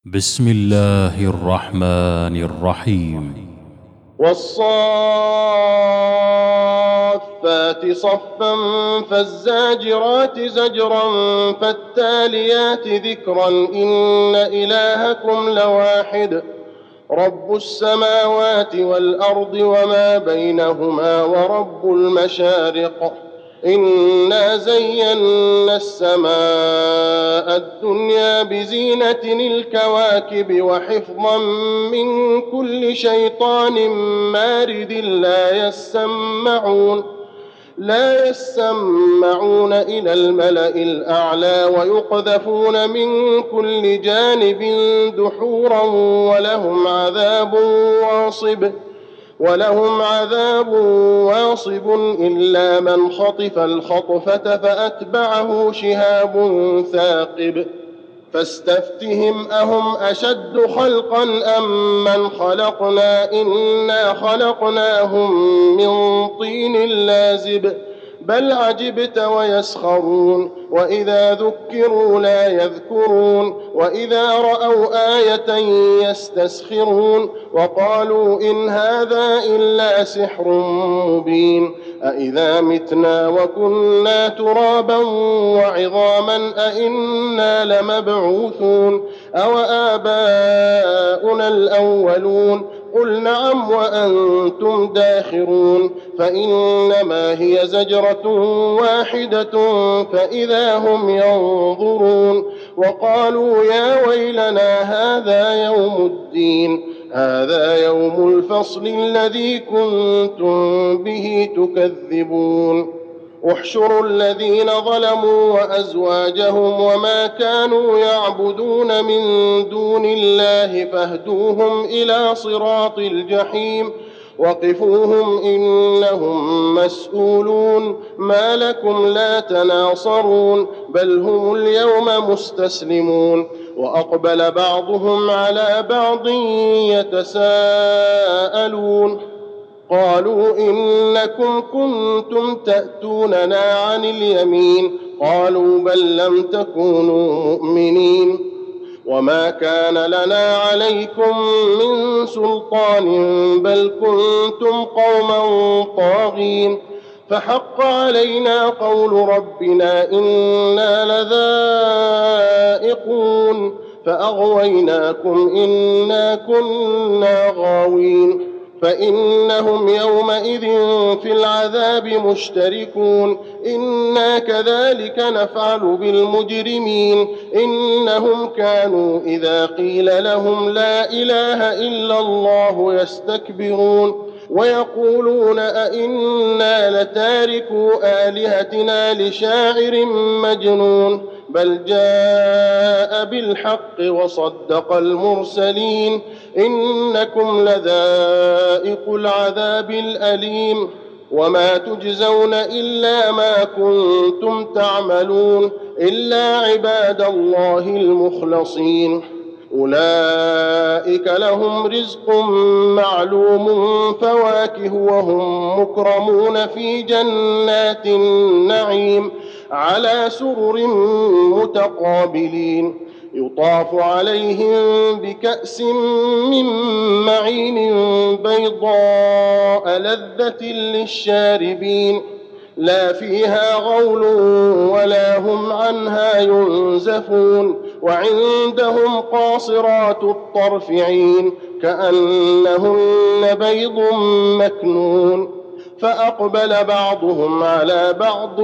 بسم الله الرحمن الرحيم. والصافات صفا فالزاجرات زجرا فالتاليات ذكرا إن إلهكم لواحد رب السماوات والأرض وما بينهما ورب المشارق إنا زينا السماء الدنيا بزينة الكواكب وحفظا من كل شيطان مارد لا يسمعون إلى الملأ الأعلى ويقذفون من كل جانب دحورا ولهم عذاب واصب إلا من خطف الخطفة فأتبعه شهاب ثاقب فاستفتهم أهم أشد خلقا أم من خلقنا إنا خلقناهم من طين لازب بل عجبت ويسخرون وإذا ذكروا لا يذكرون وإذا رأوا آية يستسخرون وقالوا إن هذا إلا سحر مبين أإذا متنا وكنا ترابا وعظاما أإنا لمبعوثون أوآباؤنا الأولون قل نعم وأنتم داخرون فإنما هي زجرة واحدة فإذا هم ينظرون وقالوا يا ويلنا هذا يوم الفصل الذي كنتم به تكذبون احشروا الذين ظلموا وأزواجهم وما كانوا يعبدون من دون الله فاهدوهم إلى صراط الجحيم وقفوهم إنهم مسؤولون ما لكم لا تناصرون بل هم اليوم مستسلمون وأقبل بعضهم على بعض يتساءلون قالوا إنكم كنتم تأتوننا عن اليمين قالوا بل لم تكونوا مؤمنين وما كان لنا عليكم من سلطان بل كنتم قوما طاغين فحق علينا قول ربنا إنا لذائقون فأغويناكم إنا كنا غاوين فإنهم يومئذ في العذاب مشتركون إنا كذلك نفعل بالمجرمين إنهم كانوا إذا قيل لهم لا إله إلا الله يستكبرون ويقولون أئنا لتاركو آلهتنا لشاعر مجنون بل جاء بالحق وصدق المرسلين إنكم لذائق العذاب الأليم وما تجزون إلا ما كنتم تعملون إلا عباد الله المخلصين أولئك لهم رزق معلوم فواكه وهم مكرمون في جنات النعيم على سرر متقابلين يطاف عليهم بكأس من معين بيضاء لذة للشاربين لا فيها غول ولا هم عنها ينزفون وعندهم قاصرات الطرف عين كأنهن بيض مكنون فأقبل بعضهم على بعض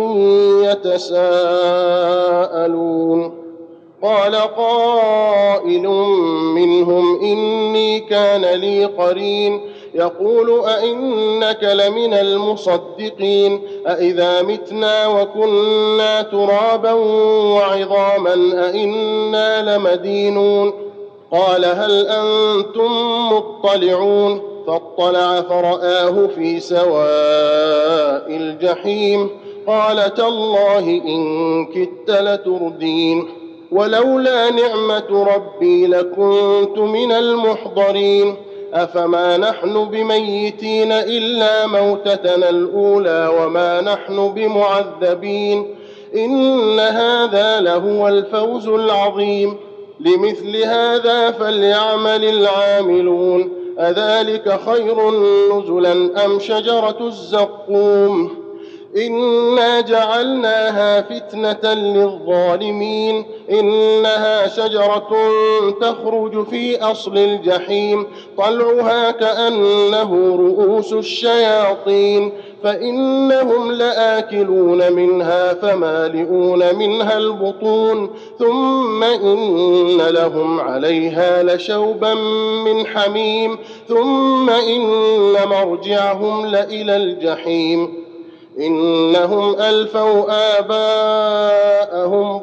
يتساءلون قال قائل منهم إني كان لي قرين يقول أئنك لمن المصدقين أئذا متنا وكنا ترابا وعظاما أئنا لمدينون قال هل أنتم مطلعون فاطلع فرآه في سواء الجحيم قال تالله إن كدت لتردين ولولا نعمة ربي لكنت من المحضرين أفما نحن بميتين إلا موتتنا الأولى وما نحن بمعذبين إن هذا لهو الفوز العظيم لمثل هذا فليعمل العاملون أذلك خير نزلا أم شجرة الزقوم إنا جعلناها فتنة للظالمين إنها شجرة تخرج في أصل الجحيم طلعها كأنه رؤوس الشياطين فإنهم لآكلون منها فمالئون منها البطون ثم إن لهم عليها لشوبا من حميم ثم إن مرجعهم لإلى الجحيم إنهم ألفوا آباءهم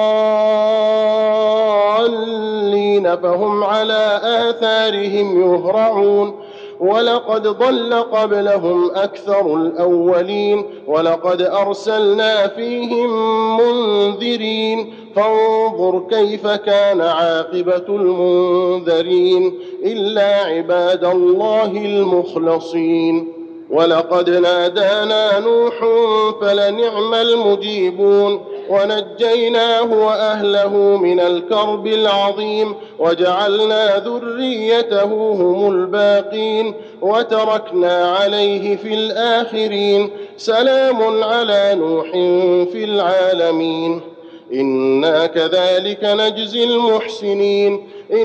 ضالين فهم على آثارهم يهرعون ولقد ضل قبلهم أكثر الأولين ولقد أرسلنا فيهم منذرين فانظر كيف كان عاقبة المنذرين إلا عباد الله المخلصين ولقد نادانا نوح فلنعم المجيبون ونجيناه وأهله من الكرب العظيم وجعلنا ذريته هم الباقين وتركنا عليه في الآخرين سلام على نوح في العالمين إنا كذلك نجزي المحسنين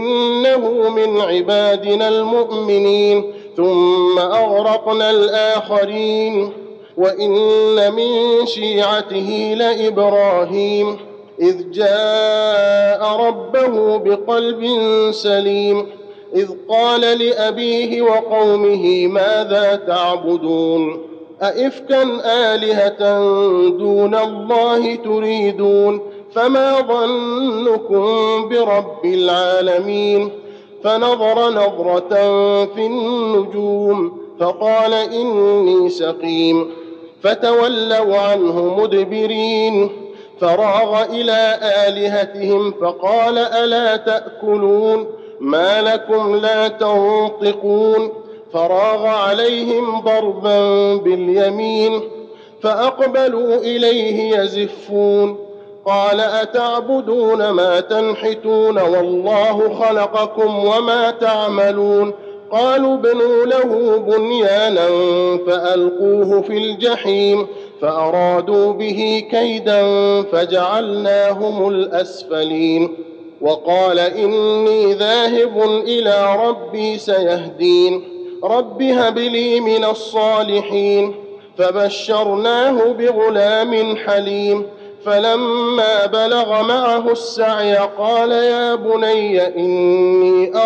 إنه من عبادنا المؤمنين ثم أغرقنا الآخرين وإن من شيعته لإبراهيم إذ جاء ربه بقلب سليم إذ قال لأبيه وقومه ماذا تعبدون أئفكا آلهة دون الله تريدون فما ظنكم برب العالمين فنظر نظرة في النجوم فقال إني سقيم فتولوا عنه مدبرين فراغ إلى آلهتهم فقال ألا تأكلون ما لكم لا تنطقون فراغ عليهم ضربا باليمين فأقبلوا إليه يزفون قال أتعبدون ما تنحتون والله خلقكم وما تعملون قالوا ابنوا له بنيانا فألقوه في الجحيم فأرادوا به كيدا فجعلناهم الأسفلين وقال إني ذاهب إلى ربي سيهدين رب هب لي من الصالحين فبشرناه بغلام حليم فلما بلغ معه السعي قال يا بني إني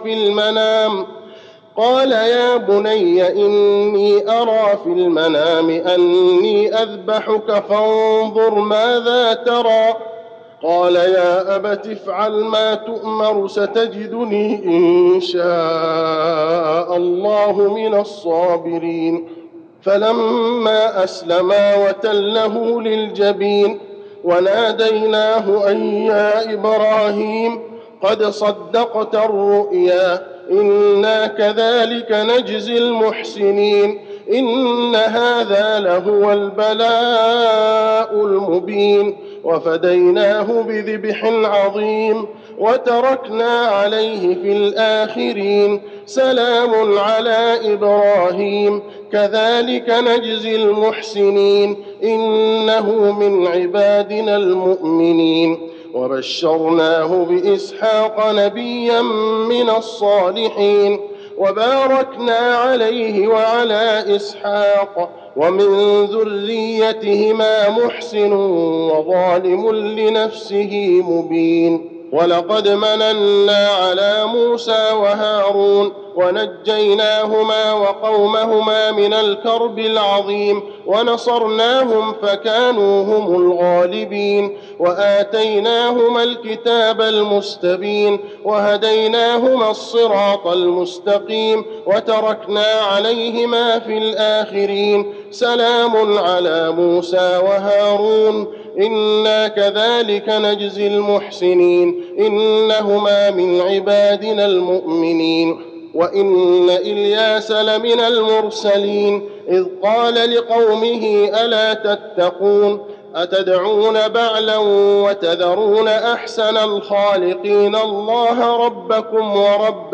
أرى في المنام أني أذبحك فانظر ماذا ترى قال يا أبت افعل ما تؤمر ستجدني إن شاء الله من الصابرين فلما أسلما وتله للجبين وناديناه أن يا إبراهيم قد صدقت الرؤيا إنا كذلك نجزي المحسنين إن هذا لهو البلاء المبين وفديناه بذبح عظيم وتركنا عليه في الآخرين سلام على إبراهيم كذلك نجزي المحسنين إنه من عبادنا المؤمنين وبشرناه بإسحاق نبيا من الصالحين وباركنا عليه وعلى إسحاق ومن ذريتهما محسن وظالم لنفسه مبين ولقد مننا على موسى وهارون ونجيناهما وقومهما من الكرب العظيم ونصرناهم فكانوا هم الغالبين وآتيناهما الكتاب المستبين وهديناهما الصراط المستقيم وتركنا عليهما في الآخرين سلام على موسى وهارون إنا كذلك نجزي المحسنين إنهما من عبادنا المؤمنين وإن إلياس لمن المرسلين إذ قال لقومه ألا تتقون أتدعون بعلا وتذرون أحسن الخالقين الله ربكم ورب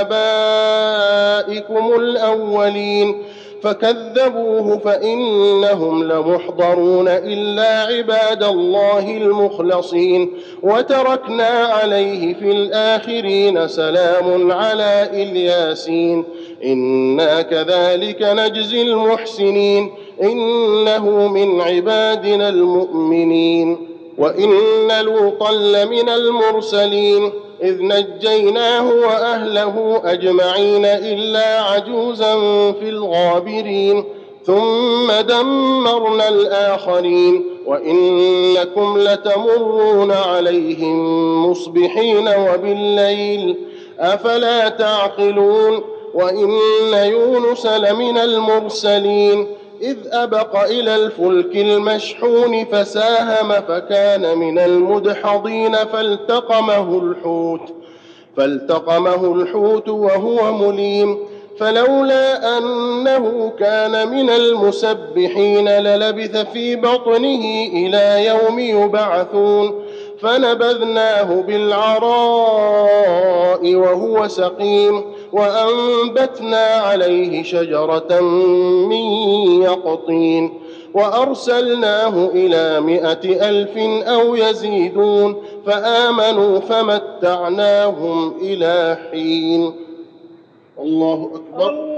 آبائكم الأولين فكذبوه فإنهم لمحضرون إلا عباد الله المخلصين وتركنا عليه في الآخرين سلام على إلياسين إنا كذلك نجزي المحسنين إنه من عبادنا المؤمنين وإن لوطا لمن المرسلين إذ نجيناه وأهله أجمعين إلا عجوزا في الغابرين ثم دمرنا الآخرين وإنكم لتمرون عليهم مصبحين وبالليل أفلا تعقلون وإن يونس لمن المرسلين إذ أبق إلى الفلك المشحون فساهم فكان من المدحضين فالتقمه الحوت وهو مليم فلولا أنه كان من المسبحين للبث في بطنه إلى يوم يبعثون فنبذناه بالعراء وهو سقيم وأنبتنا عليه شجرة من يقطين وأرسلناه إلى 100,000 أو يزيدون فآمنوا فمتعناهم إلى حين. الله أكبر.